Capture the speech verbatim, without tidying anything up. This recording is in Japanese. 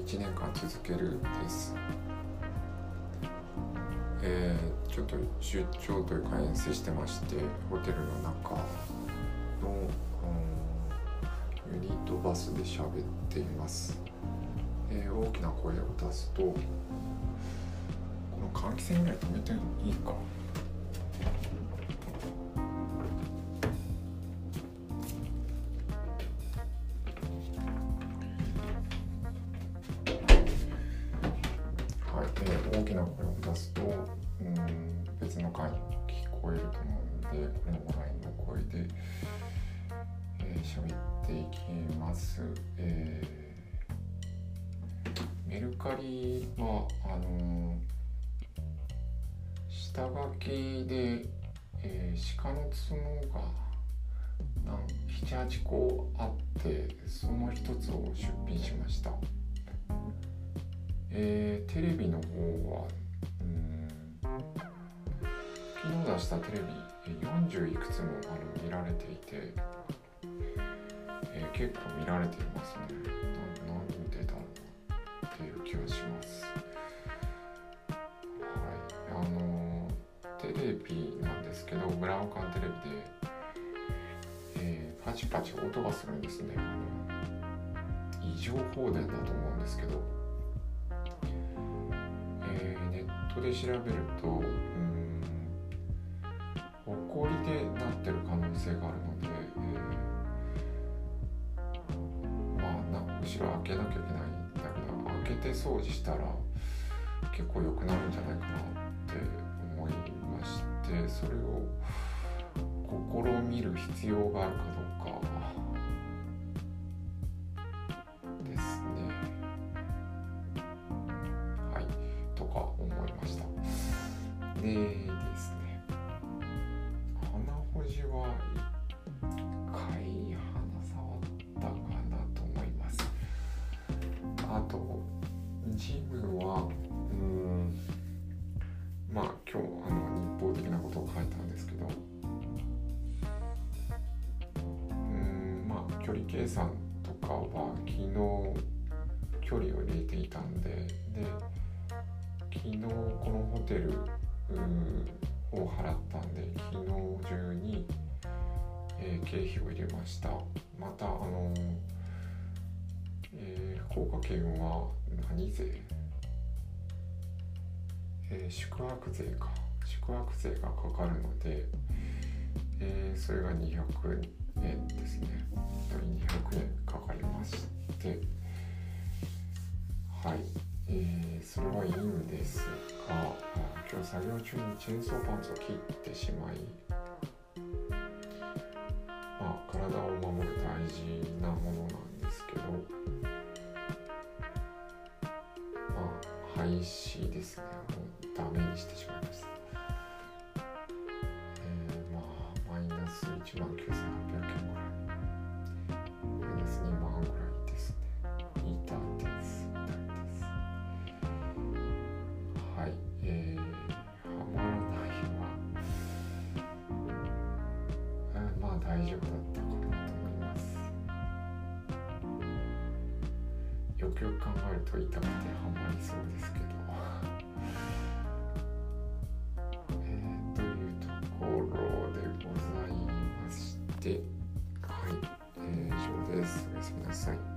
ちねんかん続けるです。えー、ちょっと出張というか遠征してまして、ホテルの中の、うん、ユニットバスで喋っています。えー、大きな声を出すと、この換気扇ぐらい止めていいか。大きな声を出すと、うん、別の回に聞こえると思うので、これもラインの声で喋、えー、っていきます。えー、メルカリはあの下書きで、えー、鹿の角がなな、はちこあって、その一つを出品しました。えー、テレビの方はうーん昨日出したテレビよんじゅういくつもあの見られていて、えー、結構見られていますね。な、なんでだろうっていう気がします。はい、あのテレビなんですけど、ブラウン管テレビで、えー、パチパチ音がするんですね。異常放電だと思うんですけど、ネットで調べると、うーん、ホコリでなってる可能性があるので、えー、まあな後ろ開けなきゃいけないんだけど、開けて掃除したら結構良くなるんじゃないかなって思いまして、それを試みる必要があるかどうかですね。はい、とか思いました。でですね、鼻ほじはいっかい鼻触ったかなと思います。あとジムはうーんまあ今日あの日報的なことを書いたんですけど、うーんまあ距離計算とかは昨日距離を入れていたんで、で昨日このホテルを払ったんで、昨日中に、えー、経費を入れました。またあの、えー、福岡県は何税、えー、宿泊税か宿泊税がかかるので、えー、それがにひゃくえんですね。にひゃくえんかかりまして、はい、えー、それはいいんですが、今日作業中にチェーンソーパンツを切ってしまい、まあ、体を守る大事なものなんですけど、まあ廃止ですね。もうダメにしてしまいました。えー、まあマイナスいちまんきゅうせんはっぴゃくえんぐらい、マイナスにまんぐらいですね。痛いです。はい、えー、はまらないは、えー、まあ大丈夫だったかなと思います。よくよく考えると痛くてはまりそうですけど、えー、というところでございまして、はい、えー、以上です。おやすみなさい。